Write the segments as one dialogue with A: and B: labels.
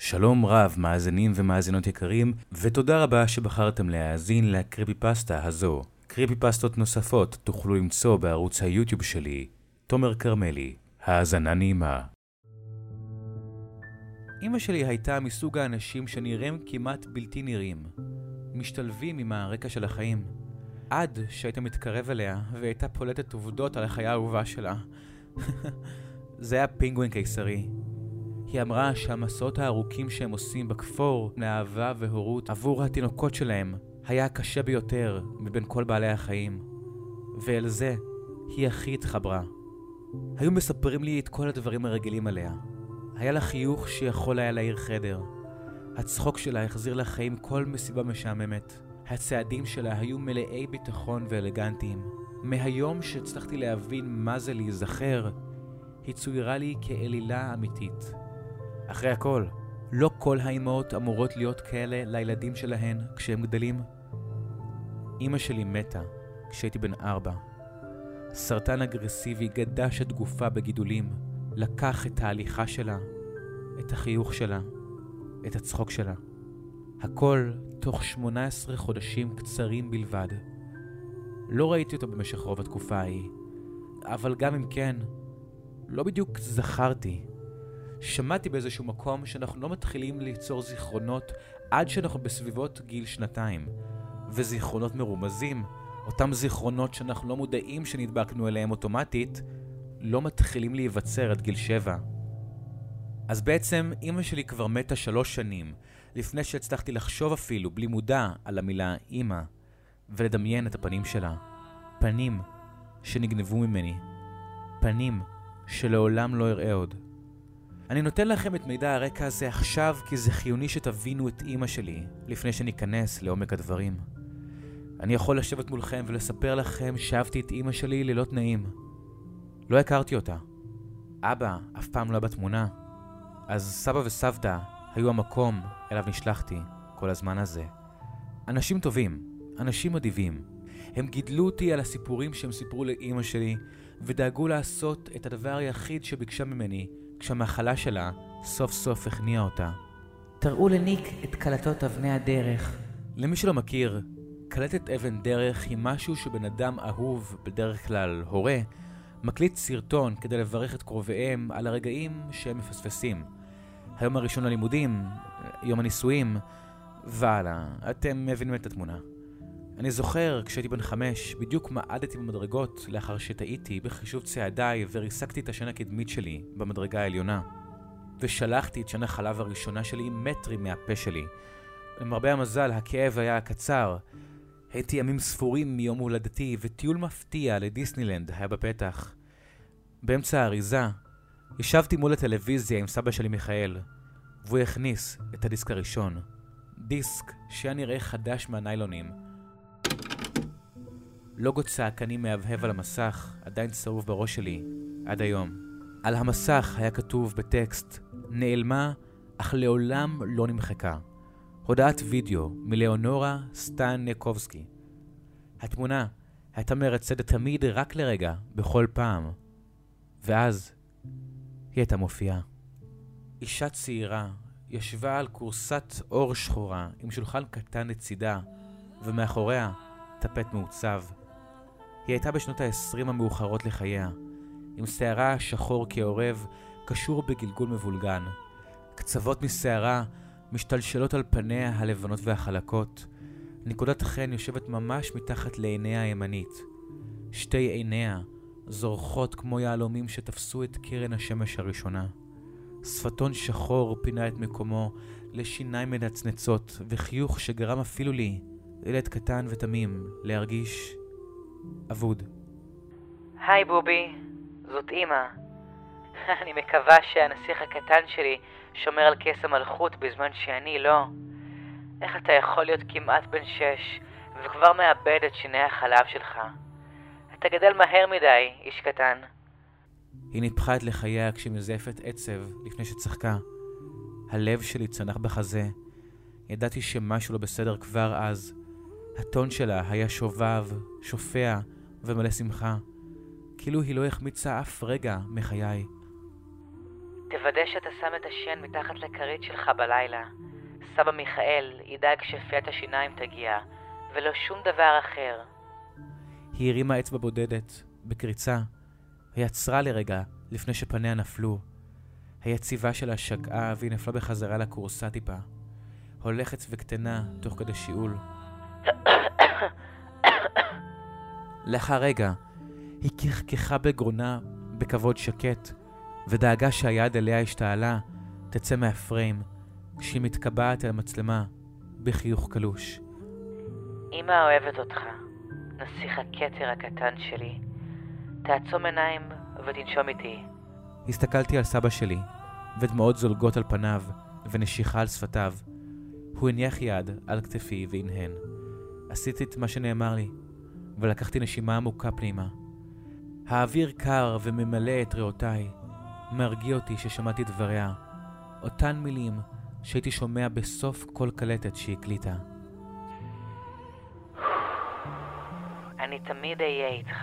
A: שלום רב מאזינים ומאזינות יקרים, ותודה רבה שבחרתם להאזין לקריפיפסטה הזו. קריפיפסטות נוספות תוכלו למצוא בערוץ היוטיוב שלי, תומר קרמלי. האזנה נעימה. אמא שלי הייתה מסוג האנשים שנראים כמעט בלתי נראים, משתלבים עם הרקע של החיים. עד שהיית מתקרב אליה והייתה פולטת עובדות על החיה האהובה שלה. זה היה פינגווין קיסרי. היא אמרה שהמסעות הארוכים שהם עושים בכפור לאהבה והורות עבור התינוקות שלהם היה קשה ביותר מבין כל בעלי החיים, ואל זה היא הכי התחברה. היו מספרים לי את כל הדברים הרגילים עליה. היה לה חיוך שיכול היה להעיר חדר. הצחוק שלה החזיר לחיים כל מסיבה משעממת. הצעדים שלה היו מלאי ביטחון ואלגנטיים. מהיום שהצלחתי להבין מה זה להיזכר, היא צוירה לי כאלילה אמיתית. אחרי הכל, לא כל האימהות אמורות להיות כאלה לילדים שלהן כשהם גדלים. אמא שלי מתה כשהייתי בן 4. סרטן אגרסיבי גדש את גופה בגידולים, לקח את ההליכה שלה, את החיוך שלה, את הצחוק שלה. הכל תוך 18 חודשים קצרים בלבד. לא ראיתי אותו במשך רוב התקופה ההיא, אבל גם אם כן, לא בדיוק זכרתי. שמעתי באיזשהו מקום שאנחנו לא מתחילים ליצור זיכרונות עד שאנחנו בסביבות גיל 2, וזיכרונות מרומזים, אותם זיכרונות שאנחנו לא מודעים שנדבקנו אליהם אוטומטית, לא מתחילים להיווצר עד גיל 7. אז בעצם אמא שלי כבר מתה 3 שנים, לפני שהצלחתי לחשוב אפילו בלי מודע על המילה אמא, ולדמיין את הפנים שלה. פנים שנגנבו ממני. פנים שלעולם לא אראה עוד. אני נותן לכם את מידע הרקע הזה עכשיו כי זה חיוני שתבינו את אמא שלי לפני שניכנס לעומק הדברים. אני יכול לשבת מולכם ולספר לכם שאהבתי את אמא שלי ללא תנאים. לא הכרתי אותה. אבא אף פעם לא היה בתמונה. אז סבא וסבתא היו המקום אליו נשלחתי כל הזמן הזה. אנשים טובים, אנשים אדיבים. הם גידלו אותי על הסיפורים שהם סיפרו לאמא שלי ודאגו לעשות את הדבר היחיד שביקשה ממני כשהמחלה שלה סוף סוף הכניעה אותה.
B: תראו לניק את קלטות אבני הדרך.
A: למי שלא מכיר, קלטת אבן דרך היא משהו שבן אדם אהוב, בדרך כלל הורה, מקליט סרטון כדי לברך את קרוביהם על הרגעים שהם מפספסים. היום הראשון ללימודים, יום הנישואים, והלאה, אתם מבינים את התמונה. אני זוכר כשהייתי בן 5, בדיוק מעדתי במדרגות לאחר שטעיתי בחישוב צעדיי וריסקתי את השן הקדמית שלי במדרגה העליונה. ושלחתי את שן החלב הראשונה שלי מטרים מהפה שלי. למרבה המזל, הכאב היה קצר. הייתי ימים ספורים מיום הולדתי וטיול מפתיע לדיסנילנד היה בפתח. באמצע האריזה, ישבתי מול הטלוויזיה עם סבא שלי מיכאל, והוא הכניס את הדיסק הראשון. דיסק שהיה נראה חדש מהניילונים. לוגו צעקני מהבהב על המסך עדיין צרוב בראש שלי עד היום. על המסך היה כתוב בטקסט, נעלמה אך לעולם לא נמחקה. הודעת וידאו מלאונורה סטניקובסקי. התמונה הייתה מרצדת תמיד רק לרגע, בכל פעם. ואז היא הייתה מופיעה. אישה צעירה ישבה על קורסת אור שחורה עם שולחן קטן לצידה, ומאחוריה טפט מעוצב. היא הייתה בשנות ה-20 המאוחרות לחייה, עם שערה שחור כעורב, קשור בגלגול מבולגן. קצוות משערה משתלשלות על פניה הלבנות והחלקות. נקודת חן יושבת ממש מתחת לעיניה הימנית. שתי עיניה זורחות כמו יעלומים שתפסו את קרן השמש הראשונה. שפתון שחור פינה את מקומו לשיניים מנצנצות וחיוך שגרם אפילו לי, ילד קטן ותמים, להרגיש אבוד.
B: היי בובי, זאת אמא. אני מקווה שהנסיך הקטן שלי שומר על כס המלכות בזמן שאני לא. איך אתה יכול להיות כמעט בן 6 וכבר מאבד את שיני החלב שלך? אתה גדל מהר מדי, איש קטן.
A: היא ניפחה את לחייה כשמזייפת עצב לפני שצחקה. הלב שלי צנח בחזה. ידעתי שמשהו לא בסדר כבר אז. הטון שלה היה שובב, שופע ומלא שמחה. כאילו היא לא החמיצה אף רגע מחיי.
B: תוודא שאתה שם את השן מתחת לכרית שלך בלילה. סבא מיכאל ידאג שפיית השיניים תגיע, ולא שום דבר אחר.
A: היא הרימה אצבע בודדת, בקריצה, ויצרה לרגע לפני שפניה נפלו. היציבה שלה שקעה והיא נפלה בחזרה לקורסה טיפה. הולכת וקטנה תוך כדי שיעול. לאחר רגע, היא כחכחה בגרונה בכבוד שקט, ודאגה שהיד אליה השתעלה תצא מהפריים, כשהיא מתקבעת על המצלמה בחיוך קלוש.
B: אמא אוהבת אותך, נסיך הכתר הקטן שלי. תעצום עיניים ותנשום איתי.
A: הסתכלתי על סבא שלי, ודמעות זולגות על פניו ונשיכה על שפתיו. הוא הניח יד על כתפי והנהן. עשיתי את מה שנאמר לי, ולקחתי נשימה עמוקה פנימה. האוויר קר וממלא את ריאותיי. מרגיע אותי ששמעתי דבריה, אותן מילים שהייתי שומע בסוף כל קלטת שהקליטה.
B: אני תמיד אהיה איתך.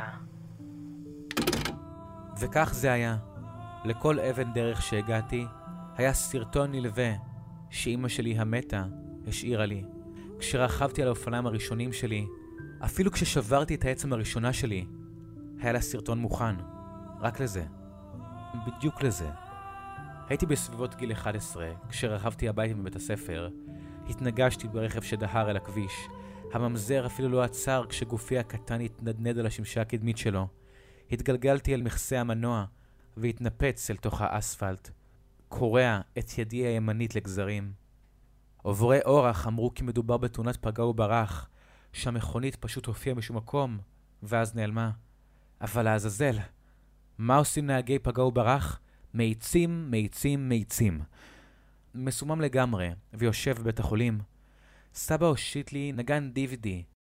A: וכך זה היה. לכל אבן דרך שהגעתי, היה סרטון נלווה שאמא שלי המתה השאירה לי. כשרכבתי על האופניים הראשונים שלי, אפילו כששברתי את העצם הראשונה שלי, היה לה סרטון מוכן. רק לזה. בדיוק לזה. הייתי בסביבות גיל 11, כשרכבתי הביתה מבית הספר. התנגשתי ברכב שדהר אל הכביש. הממזר אפילו לא עצר כשגופי הקטן התנדנד על השמשה הקדמית שלו. התגלגלתי אל מכסה המנוע והתנפץ אל תוך האספלט, קורע את ידי הימנית לגזרים. עוברי אורח אמרו כי מדובר בתאונת פגע וברח, שהמכונית פשוט הופיעה משום מקום, ואז נעלמה. אבל לעזאזל, מה עושים נהגי פגע וברח? מאיצים, מאיצים, מאיצים. מסומם לגמרי, ויושב בבית החולים. סבא הושיט לי נגן DVD,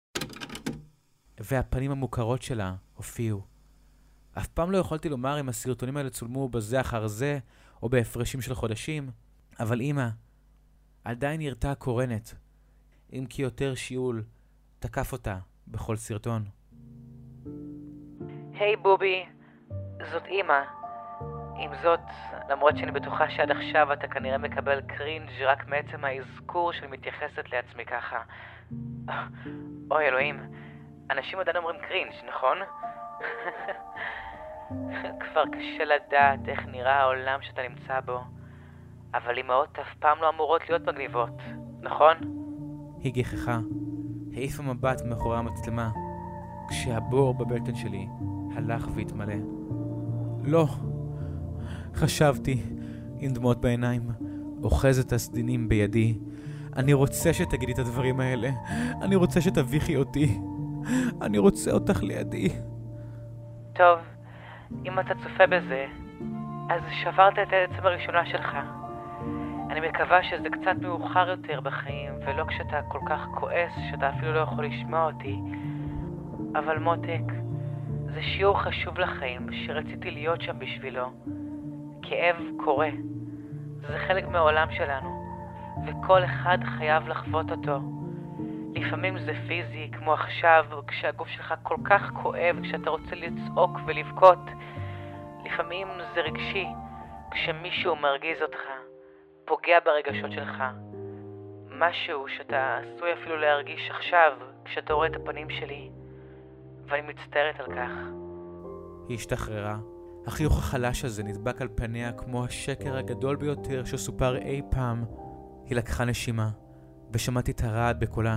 A: והפנים המוכרות שלה הופיעו. אף פעם לא יכולתי לומר אם הסרטונים האלה צולמו בזה אחר זה, או בהפרשים של חודשים, אבל אמא עדיין נראתה קורנת, אם כי יותר שיעול תקף אותה בכל סרטון.
B: היי בובי, זאת אמא. עם זאת, למרות שאני בטוחה שעד עכשיו אתה כנראה מקבל קרינג' רק מעצם האזכור של מתייחסת לעצמי ככה. אוי אלוהים, אנשים עדיין אומרים קרינג', נכון? כבר קשה לדעת איך נראה העולם שאתה נמצא בו, אבל אמהות אף פעם לא אמורות להיות מגניבות, נכון?
A: היא גיחכה, העיפה מבט מאחורי המצלמה, כשהבור בבטן שלי הלך והתמלא. לא, חשבתי, עם דמעות בעיניים, אוחזת הסדינים בידי. אני רוצה שתגידי את הדברים האלה. אני רוצה שתביכי אותי. אני רוצה אותך לידי.
B: טוב, אם אתה צופה בזה, אז שברת את העצם הראשונה שלך. אני מקווה שזה קצת מאוחר יותר בחיים, ולא כשאתה כל כך כועס שאתה אפילו לא יכול לשמוע אותי. אבל מותק, זה שיעור חשוב לחיים שרציתי להיות שם בשבילו. כאב קורה. זה חלק מהעולם שלנו, וכל אחד חייב לחוות אותו. לפעמים זה פיזי, כמו עכשיו, כשהגוף שלך כל כך כואב, כשאתה רוצה לצעוק ולבכות. לפעמים זה רגשי, כשמישהו מרגיז אותך, פוגע ברגשות שלך. משהו שאתה עשוי אפילו להרגיש עכשיו, כשאתה רואה את הפנים שלי, ואני מצטערת על כך.
A: היא השתחררה. החיוך החלש הזה נדבק על פניה כמו השקר הגדול ביותר שסופר אי פעם. היא לקחה נשימה, ושמעתי את הרעד בקולה.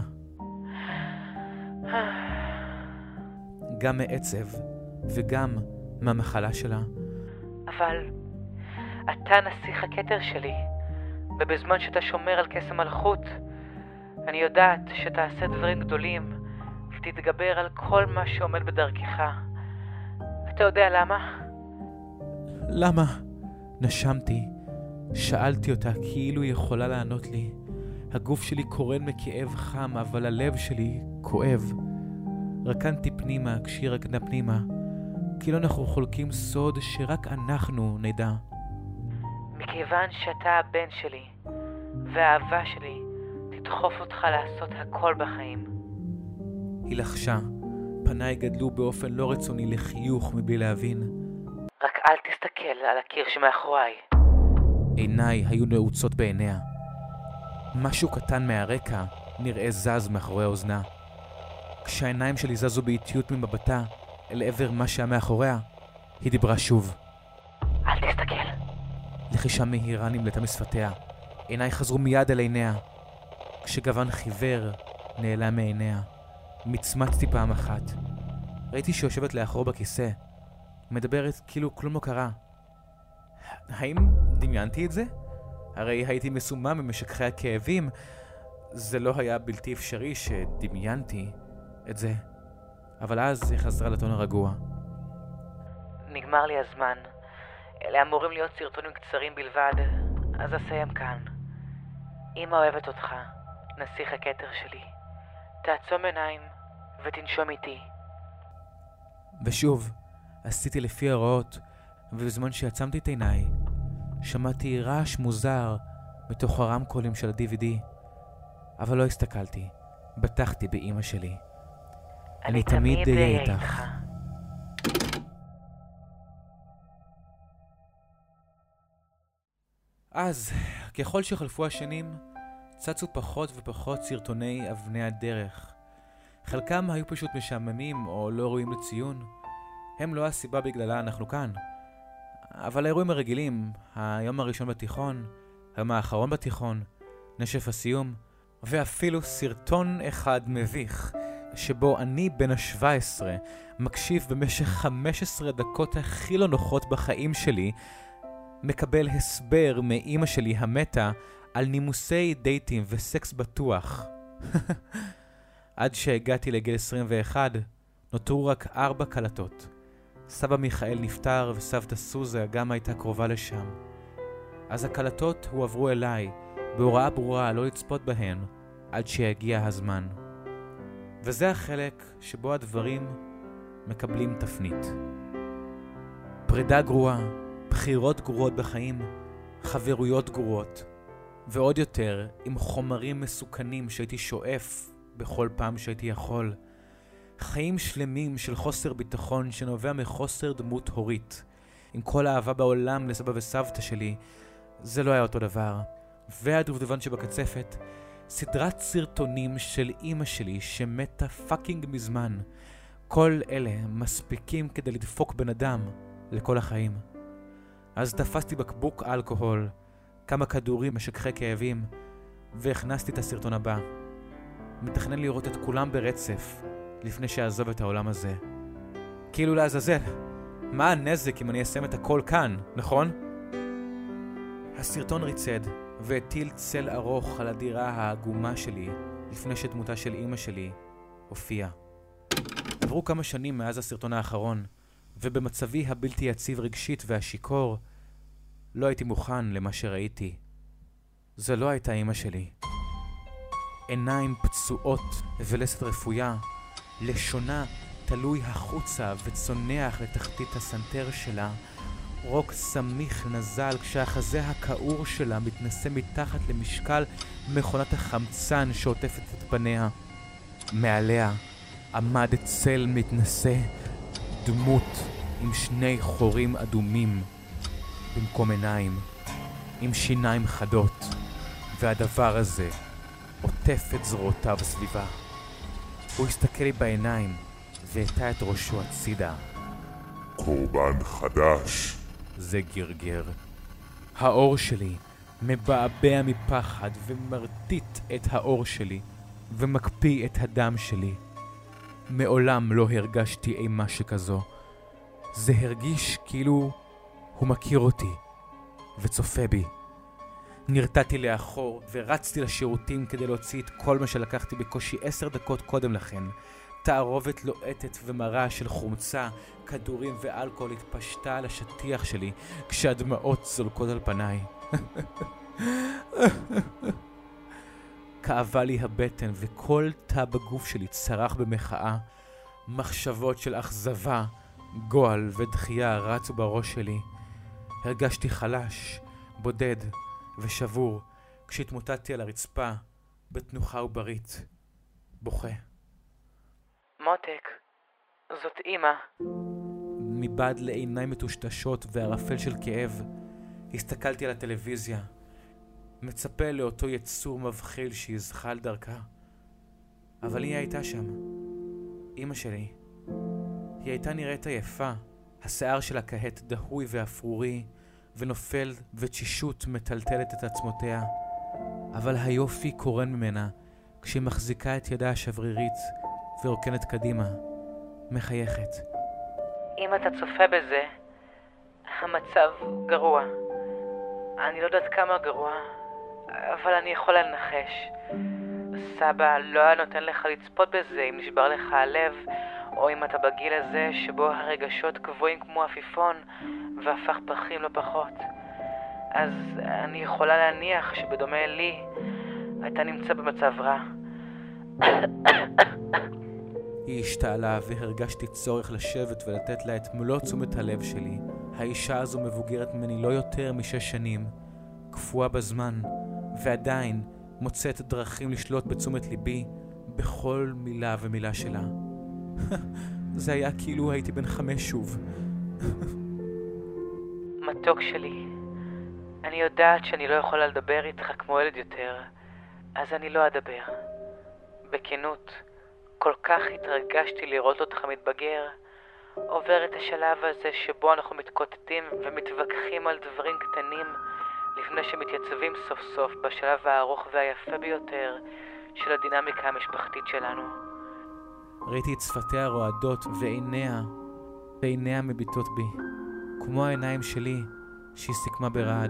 A: גם מעצב, וגם מהמחלה שלה.
B: אבל אתה נסיך הכתר שלי, ובזמן שאתה שומר על כס המלכות, אני יודעת שתעשה דברים גדולים, ותתגבר על כל מה שעומד בדרכך. אתה יודע למה?
A: למה? נשמתי. שאלתי אותה כאילו היא יכולה לענות לי. הגוף שלי קורן מכאב חם, אבל הלב שלי כואב. רקנתי פנימה כשהיא רקנה פנימה, כאילו אנחנו חולקים סוד שרק אנחנו נדע.
B: מכיוון שאתה הבן שלי, והאהבה שלי תדחוף אותך לעשות הכל בחיים.
A: היא לחשה. פניי גדלו באופן לא רצוני לחיוך מבלי להבין.
B: רק אל תסתכל על הקיר שמאחוריי.
A: עיניי היו נעוצות בעיניה. משהו קטן מהרקע נראה זז מאחורי האוזנה. כשהעיניים שלי זזו באיטיות ממבטה אל עבר מה שהיה מאחוריה, היא דיברה שוב.
B: אל תסתכל.
A: לחישה מהירה נמלטה משפתיה. עיניי חזרו מיד אל עיניה. כשגוון חיוור נעלם מעיניה, מצמצתי פעם אחת. ראיתי שיושבת לאחור בכיסא, מדברת כאילו כלום לא קרה. האם דמיינתי את זה? הרי הייתי מסומם ממשככי הכאבים. זה לא היה בלתי אפשרי שדמיינתי את זה. אבל אז היא חזרה לטון הרגוע.
B: נגמר לי הזמן. אלה אמורים להיות סרטונים קצרים בלבד, אז אסיים כאן. אמא אוהבת אותך, נסיך הכתר שלי. תעצום עיניים ותנשום איתי.
A: ושוב, עשיתי לפי ההוראות, ובזמן שעצמתי את עיניי, שמעתי רעש מוזר מתוך הרמקולים של ה-DVD, אבל לא הסתכלתי, בטחתי באמא שלי. אני תמיד אהיה איתך. אז, ככל שחלפו השנים, צצו פחות ופחות סרטוני אבני הדרך. חלקם היו פשוט משעממים או לא ראויים לציון. הם לא הסיבה בגללה אנחנו כאן. אבל האירועים הרגילים, היום הראשון בתיכון, היום האחרון בתיכון, נשף הסיום, ואפילו סרטון אחד מביך, שבו אני בן ה-17 מקשיב במשך 15 דקות הכי לא נוחות בחיים שלי, מקבל הסבר מאמא שלי המתה על נימוסי דייטים וסקס בטוח. עד שהגעתי לגיל 21, נותרו רק 4 קלטות. סבא מיכאל נפטר וסבתא סוזה גם הייתה קרובה לשם. אז הקלטות הועברו אליי, בהוראה ברורה לא לצפות בהן, עד שיגיע הזמן. וזה החלק שבו הדברים מקבלים תפנית. פרידה גרועה, בחירות גרועות בחיים, חברויות גרועות, ועוד יותר עם חומרים מסוכנים שהייתי שואף בכל פעם שהייתי יכול. חיים שלמים של חוסר ביטחון שנובע מחוסר דמות הורית. עם כל האהבה בעולם לסבא וסבתא שלי, זה לא היה אותו דבר. והדובדבן שבקצפת, סדרת סרטונים של אמא שלי שמתה פאקינג מזמן. כל אלה מספיקים כדי לדפוק בן אדם לכל החיים. אז תפסתי בקבוק אלכוהול, כמה כדורים משככי כאבים, והכנסתי את הסרטון הבא. מתכנן לראות את כולם ברצף, לפני שאעזוב את העולם הזה. כאילו לעזאזל, מה הנזק אם אני אסיים את הכל כאן, נכון? הסרטון ריצד, והטיל צל ארוך על הדירה העגומה שלי, לפני שדמותה של אמא שלי הופיעה. עברו כמה שנים מאז הסרטון האחרון, ובמצבי הבלתי יציב רגשית והשיקור, לא הייתי מוכן למה שראיתי. זו לא הייתה אמא שלי. עיניים פצועות ולסת רפויה, לשונה תלוי החוצה וצונח לתחתית הסנטר שלה, רוק סמיך נזל כשהחזה הכעור שלה מתנסה מתחת למשקל מכונת החמצן שעוטפת את פניה. מעליה עמד צל מתנסה, דמות עם 2 חורים אדומים במקום עיניים, עם שיניים חדות, והדבר הזה עוטף את זרועותיו סביבה. הוא הסתכל לי בעיניים והטה את ראשו הצידה.
C: קורבן חדש.
A: זה גרגר. האור שלי מבעבע מפחד ומרטיט את האור שלי ומקפיא את הדם שלי. מעולם לא הרגשתי אימה שכזו. זה הרגיש כאילו הוא מכיר אותי וצופה בי. נרתעתי לאחור ורצתי לשירותים כדי להוציא את כל מה שלקחתי בקושי 10 דקות קודם לכן. תערובת לוהטת ומרה של חומצה, כדורים ואלכוהול התפשטה על השטיח שלי כשהדמעות זולקות על פניי. כאבה לי הבטן וכל תא בגוף שלי צרח במחאה. מחשבות של אכזבה, גועל ודחייה רצו בראש שלי. הרגשתי חלש, בודד ושבור כשהתמוטטתי על הרצפה בתנוחה וברית, בוכה.
B: מותק, זאת אמא.
A: מבעד לעיניים מטושטשות וערפל של כאב, הסתכלתי על הטלוויזיה, מצפה לאותו יצור מבחיל שיזחל דרכה. אבל היא הייתה שם. אמא שלי. היא הייתה נראית עייפה. השיער שלה כהת דהוי ואפרורי, ונופל ותשישות מטלטלת את עצמותיה. אבל היופי קורן ממנה כשהיא מחזיקה את ידה השברירית ורוקנת קדימה, מחייכת.
B: אם אתה צופה בזה, המצב גרוע. אני לא יודעת כמה גרוע, אבל אני יכולה לנחש. סבא לא היה נותן לך לצפות בזה אם נשבר לך הלב, או אם אתה בגיל הזה שבו הרגשות קבועים כמו עפיפון והפך פחים לא פחות. אז אני יכולה להניח שבדומה לי, אתה נמצא במצב רע.
A: היא השתעלה והרגשתי צורך לשבת ולתת לה את מלוא תשומת הלב שלי. האישה הזו מבוגרת ממני לא יותר מ6 שנים, קפואה בזמן, ועדיין מוצאת דרכים לשלוט בתשומת ליבי בכל מילה ומילה שלה. זה היה כאילו הייתי בן 5 שוב.
B: מתוק שלי, אני יודעת שאני לא יכולה לדבר איתך כמו ילד יותר, אז אני לא אדבר. בכנות, כל כך התרגשתי לראות אותך מתבגר, עובר את השלב הזה שבו אנחנו מתקוטטים ומתווכחים על דברים קטנים לפני שמתייצבים סוף סוף בשלב הארוך והיפה ביותר של הדינמיקה המשפחתית שלנו.
A: ראיתי את שפתיה רועדות ועיניה מביטות בי, כמו העיניים שלי שהיא סיכמה ברעד.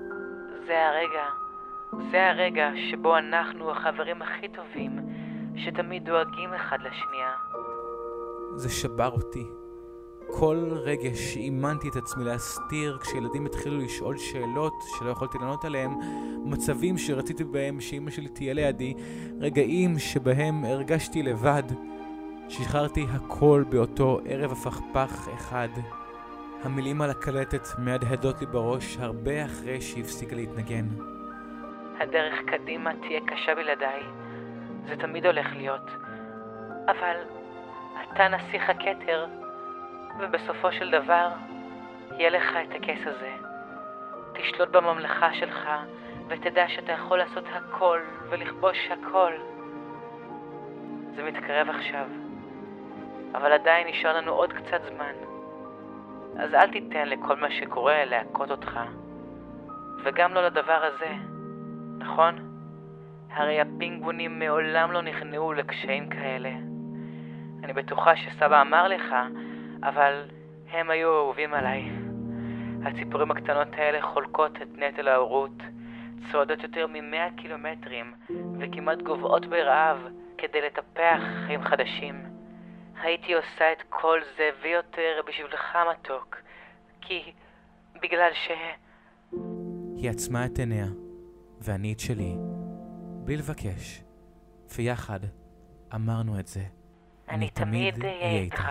B: זה הרגע שבו אנחנו החברים הכי טובים שתמיד דואגים אחד לשנייה.
A: זה שבר אותי. כל רגש שאימנתי את עצמי להסתיר כשילדים התחילו לשאול שאלות שלא יכולתי לענות עליהם, מצבים שרציתי בהם שאמא שלי תהיה לידי, רגעים שבהם הרגשתי לבד, שחררתי הכל באותו ערב הפכפך אחד. המילים על הקלטת מהדהדות לי בראש הרבה אחרי שהפסיקה להתנגן.
B: הדרך קדימה תהיה קשה בלעדיי, זה תמיד הולך להיות, אבל אתה נסיך הכתר, ובסופו של דבר יהיה לך את הכס הזה. תשלוט בממלכה שלך ותדע שאתה יכול לעשות הכל ולכבוש הכל. זה מתקרב עכשיו, אבל עדיין נשאר לנו עוד קצת זמן. אז אל תיתן לכל מה שקורה להכות אותך, וגם לא לדבר הזה, נכון? הרי הפינגבונים מעולם לא נכנעו לקשיים כאלה. אני בטוחה שסבא אמר לך, אבל הם היו אהובים עליי. הציפורים הקטנות האלה חולקות את נטל ההורות, צועדות יותר מ100 קילומטרים וכמעט גובעות ברעב כדי לטפח חיים חדשים. הייתי עושה את כל זה ויותר בשבילך מתוק, בגלל
A: היא עצמה את עיניה, ואני את שלי, בלי לבקש, ויחד אמרנו את זה.
B: אני תמיד אהיה איתך.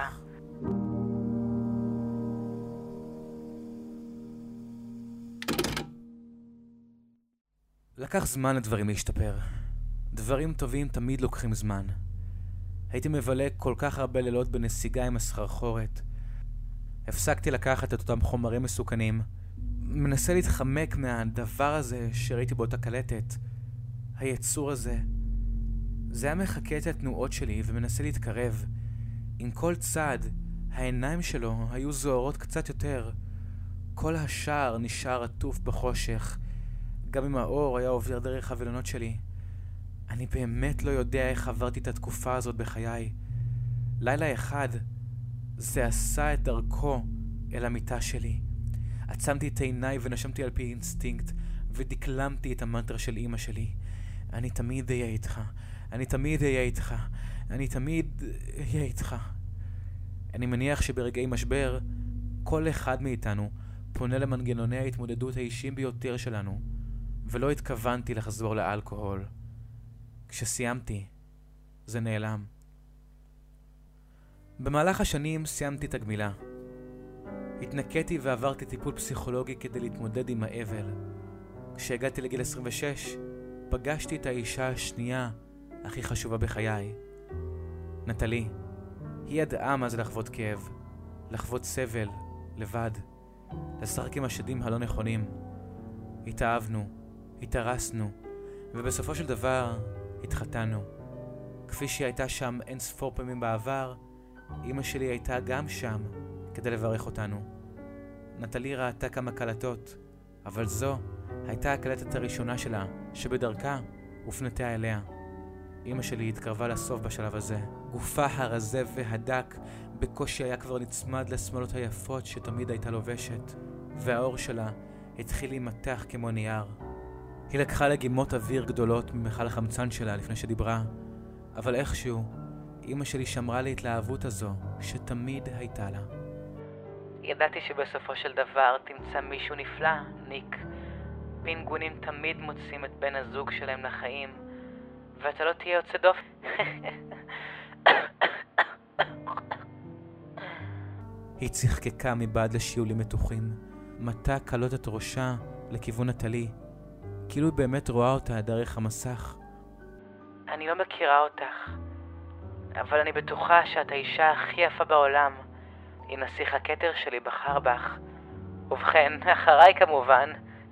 A: לקח זמן לדברים להשתפר. דברים טובים תמיד לוקחים זמן. הייתי מבלה כל כך הרבה לילות בנסיגה עם הסחרחורת. הפסקתי לקחת את אותם חומרים מסוכנים. מנסה להתחמק מהדבר הזה שראיתי באותה קלטת. היצור הזה. זה היה מחכה את התנועות שלי ומנסה להתקרב. עם כל צעד, העיניים שלו היו זוהרות קצת יותר. כל השער נשאר עטוף בחושך. גם אם האור היה עובר דרך הווילונות שלי. אני באמת לא יודע איך עברתי את התקופה הזאת בחיי. לילה אחד, זה עשה את דרכו אל המיטה שלי. עצמתי את עיניי ונשמתי על פי אינסטינקט, ודקלמתי את המנטרה של אמא שלי. אני תמיד אהיה איתך. אני תמיד אהיה איתך. אני תמיד אהיה איתך. אני מניח שברגעי משבר, כל אחד מאיתנו פונה למנגנוני ההתמודדות האישיים ביותר שלנו, ולא התכוונתי לחזור לאלכוהול. כשסיימתי, זה נעלם. במהלך השנים סיימתי את הגמילה. התנקיתי ועברתי טיפול פסיכולוגי כדי להתמודד עם האבל. כשהגעתי לגיל 26, פגשתי את האישה השנייה הכי חשובה בחיי. נטלי. היא ידעה מה זה לחוות כאב, לחוות סבל, לבד, לשחק עם השדים הלא נכונים. התאהבנו, התארסנו, ובסופו של דבר התחתנו. כפי שהיא הייתה שם אין ספור פעמים בעבר, אמא שלי הייתה גם שם כדי לברך אותנו. נטלי ראתה כמה קלטות, אבל זו הייתה הקלטת הראשונה שלה, שבדרכה הופנתה אליה. אמא שלי התקרבה לסוף בשלב הזה. גופה הרזה והדק בקושי היה כבר נצמד לשמלות היפות שתמיד הייתה לובשת, והאור שלה התחיל להימתח כמו נייר. היא לקחה לגימות אוויר גדולות ממכל החמצן שלה לפני שדיברה, אבל איכשהו אמא שלי שמרה להתלהבות הזו שתמיד הייתה לה.
B: ידעתי שבסופו של דבר תמצא מישהו נפלא, ניק. פינגונים תמיד מוצאים את בן הזוג שלהם לחיים, ואתה לא תהיה יוצא דופן.
A: היא צחקקה מבעד לשיעולים מתוחים, מטה קלות את ראשה לכיוון נטלי, כאילו היא באמת רואה אותה דרך המסך.
B: אני לא מכירה אותך, אבל אני בטוחה שאת האישה הכי יפה בעולם. אם נסיך הכתר שלי בחר בך. ובכן, אחריי כמובן.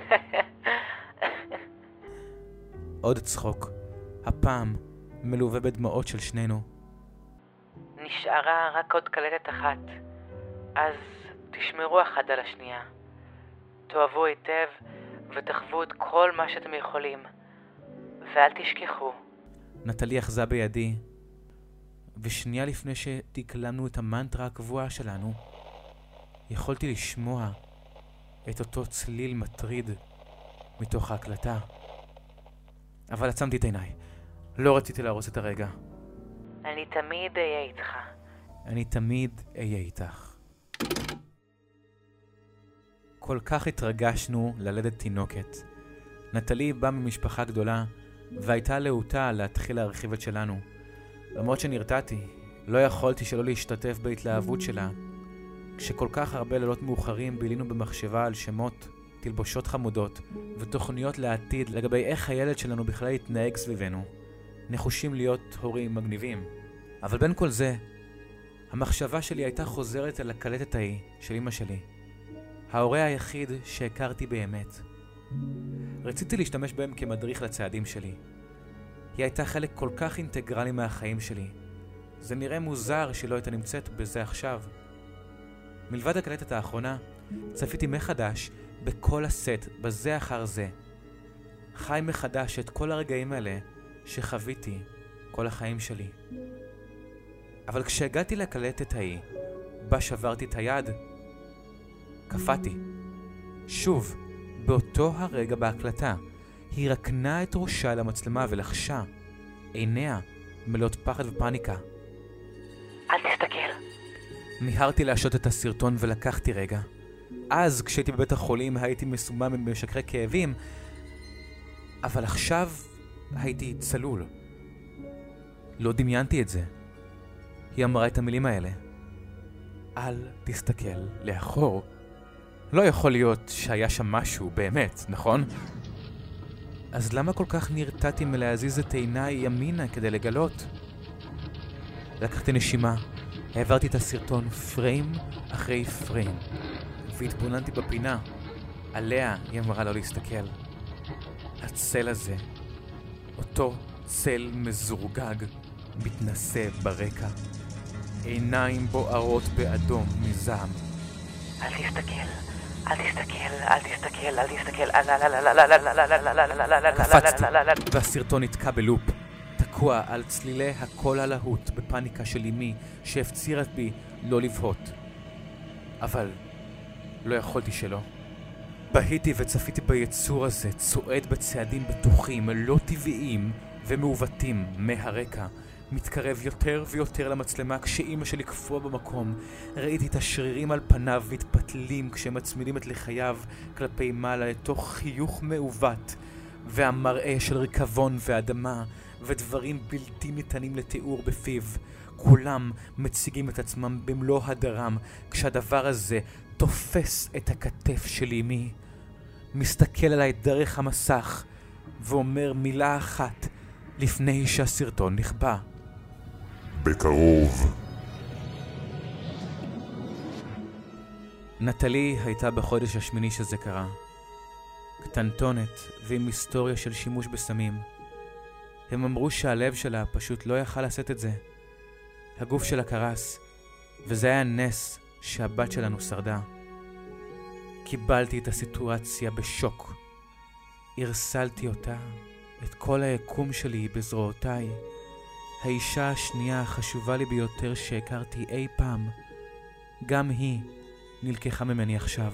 A: עוד צחוק, הפעם מלווה בדמעות של שנינו.
B: נשארה רק עוד קלטת אחת, אז תשמרו אחד על השנייה. תאהבו היטב ותחוו את כל מה שאתם יכולים, ואל תשכחו.
A: נטלי אחזה בידי, ושנייה לפני שתקלמנו את המנטרה הקבועה שלנו, יכולתי לשמוע את אותו צליל מטריד מתוך ההקלטה. אבל עצמתי את עיניי. לא רציתי להרוס את הרגע.
B: אני תמיד אהיה איתך.
A: אני תמיד אהיה איתך. כל כך התרגשנו ללדת תינוקת. נטלי באה ממשפחה גדולה, והייתה להוטה להתחיל להרחיב את שלנו. למרות שנרתעתי, לא יכולתי שלא להשתתף בהתלהבות שלה. כשכל כך הרבה לילות מאוחרים בילינו במחשבה על שמות, תלבושות חמודות ותוכניות לעתיד לגבי איך הילד שלנו בכלל יתנהג סביבנו. נחושים להיות הורים מגניבים. אבל בין כל זה, המחשבה שלי הייתה חוזרת אל הקלטת ההיא של אמא שלי. ההורה היחיד שהכרתי באמת. רציתי להשתמש בהם כמדריך לצעדים שלי. היא הייתה חלק כל כך אינטגרלי מהחיים שלי. זה נראה מוזר שלא הייתה נמצאת בזה עכשיו. מלבד הקלטת האחרונה, צפיתי מחדש בכל הסט, בזה אחר זה. חי מחדש את כל הרגעים האלה שחוויתי כל החיים שלי. אבל כשהגעתי לקלטת ההיא, בה שברתי את היד, קפאתי. שוב, באותו הרגע בהקלטה, היא רקנה את ראשה למצלמה ולחשה. עיניה מלאות פחד ופניקה.
B: אל תסתכל.
A: מיהרתי להשעות את הסרטון ולקחתי רגע. אז כשהייתי בבית החולים הייתי מסומם במשככי כאבים, אבל עכשיו הייתי צלול. לא דמיינתי את זה. היא אמרה את המילים האלה. אל תסתכל לאחור. לא יכול להיות שהיה שם משהו באמת, נכון? אז למה כל כך נרתעתי מלהזיז את עיניי ימינה כדי לגלות? לקחתי נשימה, העברתי את הסרטון פריים אחרי פריים, והתבוננתי בפינה. עליה היא אמרה לא להסתכל. הצל הזה, אותו צל מזורגג, מתנסה ברקע. עיניים בוערות באדום מזעם.
B: אל תסתכל, אל תסתכל, אל תסתכל, אל תסתכל,
A: קפצתי, והסרטון נתקע בלופ, תקוע על צלילי הקול הלהוט בפניקה של אמי שהפצירת בי לא לבהות. אבל לא יכולתי שלא. בהיתי וצפיתי ביצור הזה צועד בצעדים בטוחים, לא טבעיים ומעוותים מהרקע, מתקרב יותר ויותר למצלמה כשאימא שלי קפואה במקום. ראיתי את השרירים על פניו מתפתלים כשמצמידים את לחייו כלפי מעלה לתוך חיוך מעוות, והמראה של ריקבון ואדמה ודברים בלתי ניתנים לתיאור בפיו. כולם מציגים את עצמם במלוא הדרם כשהדבר הזה תופס את הכתף של אמי, מסתכל עליי דרך המסך ואומר מילה אחת לפני שהסרטון נכבה.
C: בקרוב.
A: נטלי הייתה בחודש השמיני שזה קרה. קטנטונת ועם היסטוריה של שימוש בסמים. הם אמרו שהלב שלה פשוט לא יכל לשאת את זה. הגוף שלה קרס, וזה היה נס שהבת שלנו שרדה. קיבלתי את הסיטואציה בשוק. הרסלתי אותה, את כל היקום שלי בזרועותיי. האישה השנייה החשובה לי ביותר שהכרתי אי פעם, גם היא נלקחה ממני עכשיו.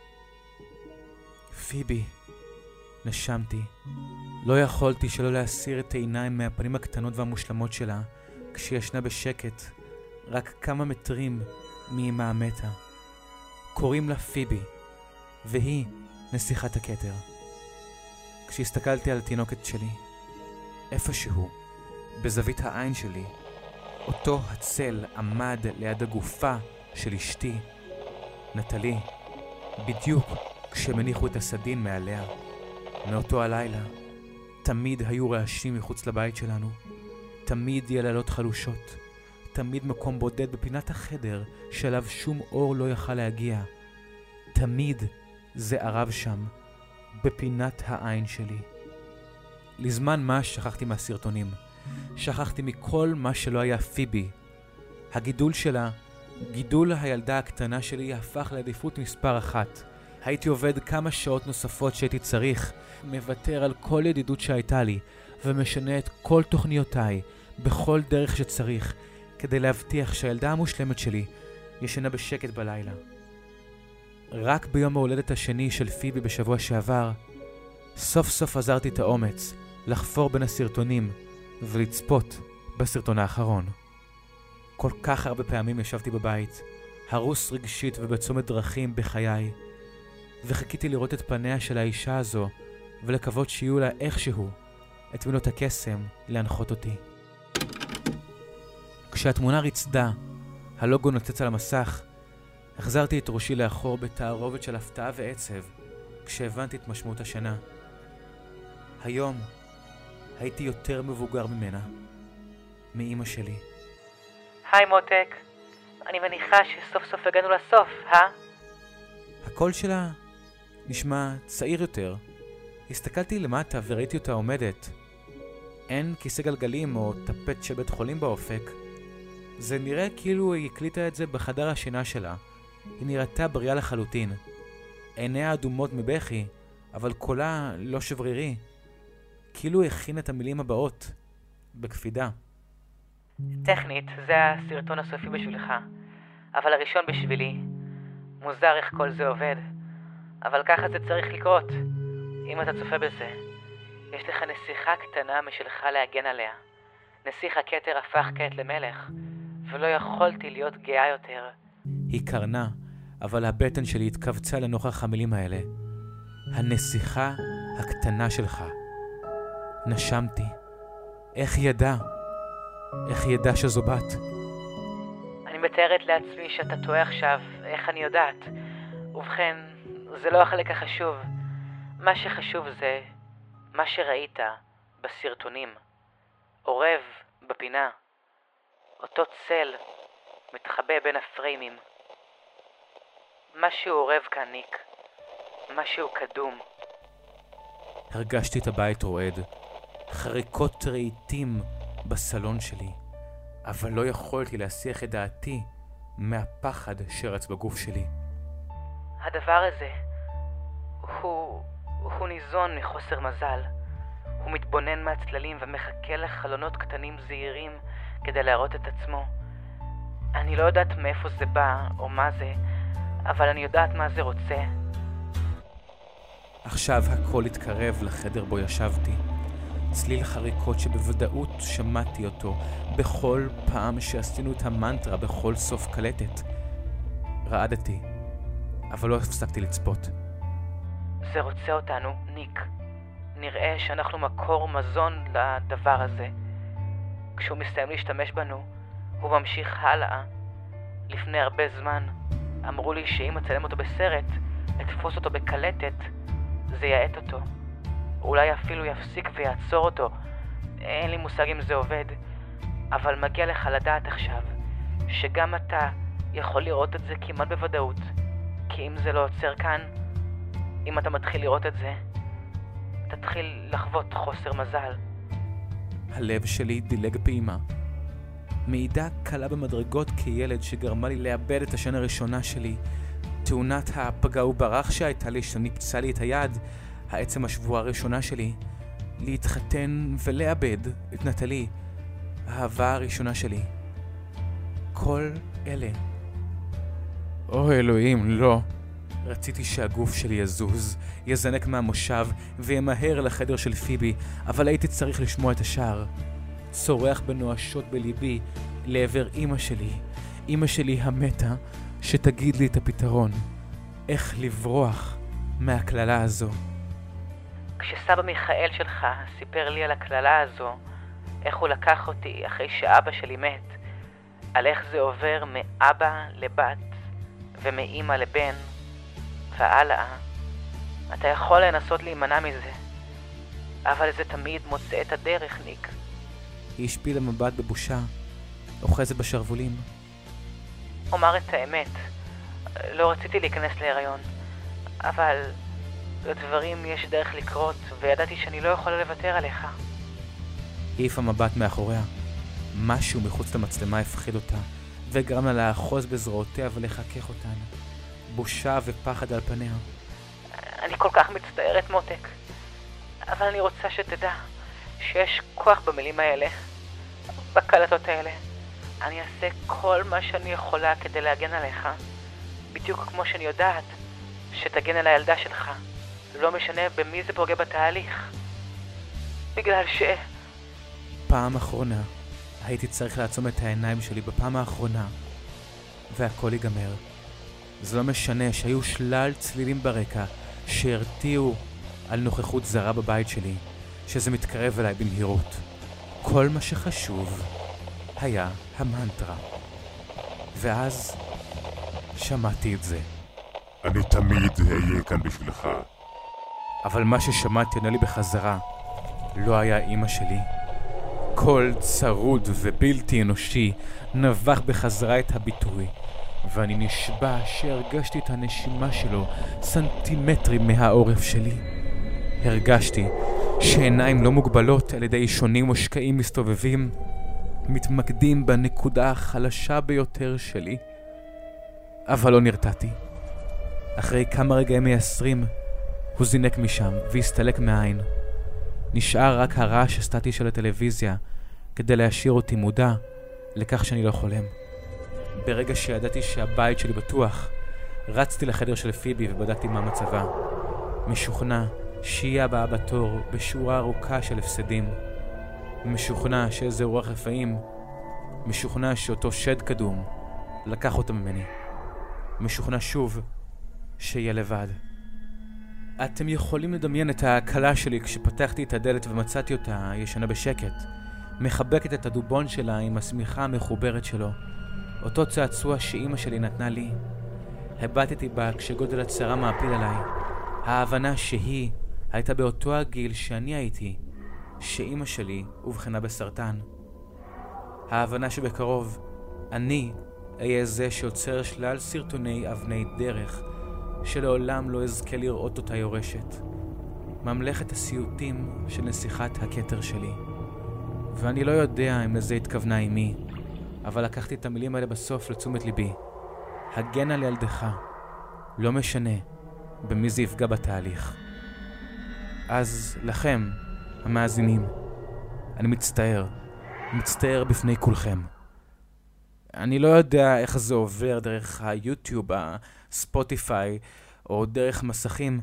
A: פיבי, נשמתי. לא יכולתי שלא להסיר את העיניים מהפנים הקטנות והמושלמות שלה, כשישנה בשקט, רק כמה מטרים מאמה המתה. קוראים לה פיבי, והיא נסיכת הכתר. כשהסתכלתי על התינוקת שלי, איפשהו, בזווית העין שלי, אותו הצל עמד ליד הגופה של אשתי, נטלי, בדיוק כשהם הניחו את הסדין מעליה. מאותו הלילה, תמיד היו רעשים מחוץ לבית שלנו, תמיד יללות חלושות, תמיד מקום בודד בפינת החדר שאליו שום אור לא יכל להגיע. תמיד זה ערב שם, בפינת העין שלי. לזמן מה שכחתי מהסרטונים, שכחתי מכל מה שלא היה פיבי. הגידול שלה, גידול הילדה הקטנה שלי, הפך לעדיפות מספר 1. הייתי עובד כמה שעות נוספות שהייתי צריך, מוותר על כל ידידות שהייתה לי, ומשנה את כל תוכניותיי, בכל דרך שצריך, כדי להבטיח שהילדה המושלמת שלי ישנה בשקט בלילה. רק ביום ההולדת השני של פיבי בשבוע שעבר, סוף סוף עזרתי את האומץ לחפור בין הסרטונים ולצפות בסרטון האחרון. כל כך הרבה פעמים ישבתי בבית, הרוס רגשית ובצומת דרכים בחיי, וחיכיתי לראות את פניה של האישה הזו ולקוות שיהיו לה איכשהו את מילות הקסם להנחות אותי. כשהתמונה רצדה, הלוגו נוצץ על המסך, החזרתי את ראשי לאחור בתערובת של הפתעה ועצב כשהבנתי את משמעות השנה. היום הייתי יותר מבוגר ממנה, מאמא שלי.
B: היי מותק, אני מניחה שסוף סוף הגענו לסוף,
A: הקול שלה נשמע צעיר יותר. הסתכלתי למטה וראיתי אותה עומדת. אין כיסא גלגלים או טפט של בית חולים באופק. זה נראה כאילו היא הקליטה את זה בחדר השינה שלה. היא נראתה בריאה לחלוטין. עיניה אדומות מבכי, אבל קולה לא שברירי. כאילו היא הכין את המילים הבאות, בקפידה.
B: טכנית, זה הסרטון הסופי בשבילך, אבל הראשון בשבילי. מוזר איך כל זה עובד, אבל ככה זה צריך לקרות. אם אתה צופה בזה, יש לך נסיכה קטנה משלך להגן עליה. נסיך הכתר הפך כעת למלך, ולא יכולתי להיות גאה יותר.
A: היא קרנה, אבל הבטן שלי התכווצה לנוכח המילים האלה. הנסיכה הקטנה שלך. נשמתי. איך ידע? איך ידע שזו בת?
B: אני מתארת לעצמי שאתה טועה עכשיו, איך אני יודעת. ובכן, זה לא החלק החשוב. מה שחשוב זה מה שראית בסרטונים. עורב בפינה. אותו צל מתחבא בין הפריימים. משהו עורב כאן, ניק. משהו קדום.
A: הרגשתי את הבית רועד. חריקות רהיטים בסלון שלי. אבל לא יכולתי להסיח את דעתי מהפחד שרץ בגוף שלי.
B: הדבר הזה הוא ניזון מחוסר מזל. הוא מתבונן מהצללים ומחכה לחלונות קטנים זהירים כדי להראות את עצמו. אני לא יודעת מאיפה זה בא או מה זה, אבל אני יודעת מה זה רוצה.
A: עכשיו הכל התקרב לחדר בו ישבתי. צליל חריקות שבוודאות שמעתי אותו בכל פעם שעשינו את המנטרה בכל סוף קלטת. רעדתי, אבל לא הפסקתי לצפות.
B: זה רוצה אותנו, ניק. נראה שאנחנו מקור מזון לדבר הזה. כשהוא מסיים להשתמש בנו, הוא ממשיך הלאה. לפני הרבה זמן אמרו לי שאם אצלם אותו בסרט, לתפוס אותו בקלטת, זה יעט אותו. אולי אפילו יפסיק ויעצור אותו. אין לי מושג אם זה עובד, אבל מגיע לך לדעת עכשיו שגם אתה יכול לראות את זה כמעט בוודאות. כי אם זה לא עוצר כאן, אם אתה מתחיל לראות את זה, תתחיל לחוות חוסר מזל.
A: הלב שלי דילג פעימה. מעידה קלה במדרגות כילד שגרמה לי לאבד את השן הראשונה שלי. תאונת הפגע וברח שהייתה לי שניפצה לי את היד. העצם השבועה הראשונה שלי. להתחתן ולאבד את נטלי. האהבה הראשונה שלי. כל אלה. אלוהים, לא. רציתי שהגוף שלי יזוז, יזנק מהמושב וימהר לחדר של פיבי, אבל הייתי צריך לשמוע את השער. צורח בנואשות בליבי לעבר אמא שלי המתה, שתגיד לי את הפתרון. איך לברוח מהכללה הזו.
B: כשסבא מיכאל שלך סיפר לי על הכללה הזו, איך הוא לקח אותי אחרי שאבא שלי מת, על איך זה עובר מאבא לבת ומאמא לבן והלאה, אתה יכול לנסות להימנע מזה, אבל זה תמיד מוצא את הדרך, ניק.
A: היא השפילה מבט בבושה, אוחזת בשרבולים.
B: אומר את האמת, לא רציתי להיכנס להיריון, אבל לדברים יש דרך לקרות, וידעתי שאני לא יכולה לוותר עליך.
A: העיפה מבט מאחוריה. משהו מחוץ למצלמה הפחיד אותה, וגרם לה לאחוז בזרועותיה ולחכך אותן. בושה ופחד על פניה.
B: אני כל כך מצטערת, מותק, אבל אני רוצה שתדע שיש כוח במילים האלה, בקלטות האלה. אני אעשה כל מה שאני יכולה כדי להגן עליך, בדיוק כמו שאני יודעת שתגן על הילדה שלך, לא משנה במי זה פוגע בתהליך. בגלל
A: פעם אחרונה הייתי צריך לעצום את העיניים שלי בפעם האחרונה, והכל ייגמר. זה לא משנה שהיו שלל צלילים ברקע שהרתיעו על נוכחות זרה בבית שלי, שזה מתקרב אליי במהירות. כל מה שחשוב היה המנטרה. ואז שמעתי את זה.
C: אני תמיד אהיה כאן בשבילך.
A: אבל מה ששמעתי עונה לי בחזרה לא היה אמא שלי. קול צרוד ובלתי אנושי נבח בחזרה את הביטוי, ואני נשבע שהרגשתי את הנשימה שלו סנטימטרים מהעורף שלי. הרגשתי שעיניים לא מוגבלות על ידי שונים או שקעים מסתובבים, מתמקדים בנקודה החלשה ביותר שלי. אבל לא נרתעתי. אחרי כמה רגעים מייסרים, הוא זינק משם והסתלק מהעין. נשאר רק הרעש הסטטי של הטלוויזיה כדי להשאיר אותי מודע לכך שאני לא חולם. ברגע שידעתי שהבית שלי בטוח, רצתי לחדר של פיבי ובדקתי מה מצבה. משוכנע שהיא הבאה בתור בשורה ארוכה של הפסדים. משוכנע שאיזה רוח רפאים. משוכנע שאותו שד קדום לקח אותה ממני. משוכנע שוב שיהיה לבד. אתם יכולים לדמיין את ההקלה שלי כשפתחתי את הדלת ומצאתי אותה ישנה בשקט, מחבקת את הדובון שלה עם השמיכה המחוברת שלו, אותו צעצוע שאימא שלי נתנה לי. הבטתי בה כשגודל הצרה מעפיל עליי, ההבנה שהיא הייתה באותו הגיל שאני הייתי, שאימא שלי אובחנה בסרטן. ההבנה שבקרוב אני אהיה זה שיוצר שלל סרטוני אבני דרך שלעולם לא אזכה לראות אותה יורשת. ממלכת הסיוטים של נסיכת הכתר שלי. ואני לא יודע אם לזה התכוונה אימי, אבל לקחתי את המילים האלה בסוף לתשומת ליבי. הגן על ילדך, לא משנה במי זה יפגע בתהליך. אז לכם, המאזינים, אני מצטער בפני כולכם. אני לא יודע איך זה עובר דרך היוטיוב, הספוטיפיי, או דרך מסכים,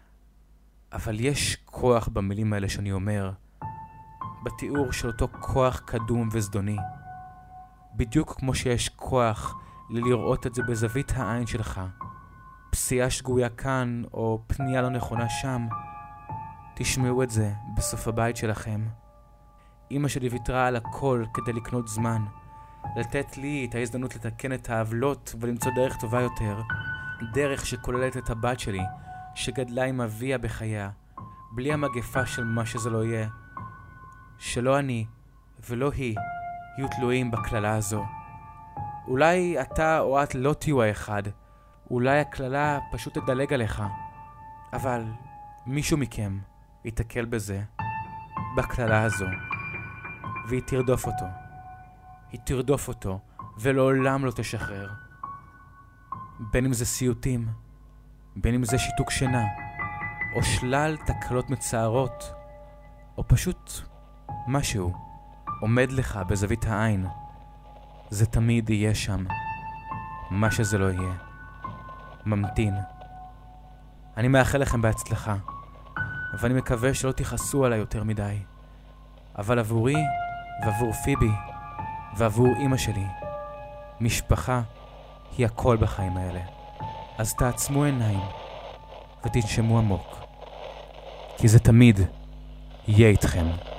A: אבל יש כוח במילים האלה שאני אומר, בתיאור של אותו כוח קדום וזדוני. בדיוק כמו שיש כוח לראות את זה בזווית העין שלך, פסיעה שגויה כאן או פנייה לא נכונה שם, תשמעו את זה בסוף הבית שלכם. אמא שלי ויתרה על הכל כדי לקנות זמן, לתת לי את ההזדמנות לתקן את העוולות ולמצוא דרך טובה יותר, דרך שכוללת את הבת שלי שגדלה עם אביה בחייה, בלי המגפה של מה שזה לא יהיה, שלא אני ולא היא יהיו תלויים בכללה הזו. אולי אתה או את לא תהיו האחד, אולי הכללה פשוט תדלג עליך, אבל מישהו מכם ייתקל בזה, בכללה הזו, והיא תרדוף אותו. היא תרדוף אותו, ולעולם לא תשחרר. בין אם זה סיוטים, בין אם זה שיתוק שינה, או שלל תקלות מצערות, או פשוט משהו עומד לך בזווית העין. זה תמיד יהיה שם, מה שזה לא יהיה. ממתין. אני מאחל לכם בהצלחה, ואני מקווה שלא תכעסו עליי יותר מדי. אבל עבורי ועבור פיבי ועבור אמא שלי, משפחה היא הכל בחיים האלה. אז תעצמו עיניים ותנשמו עמוק, כי זה תמיד יהיה איתכם.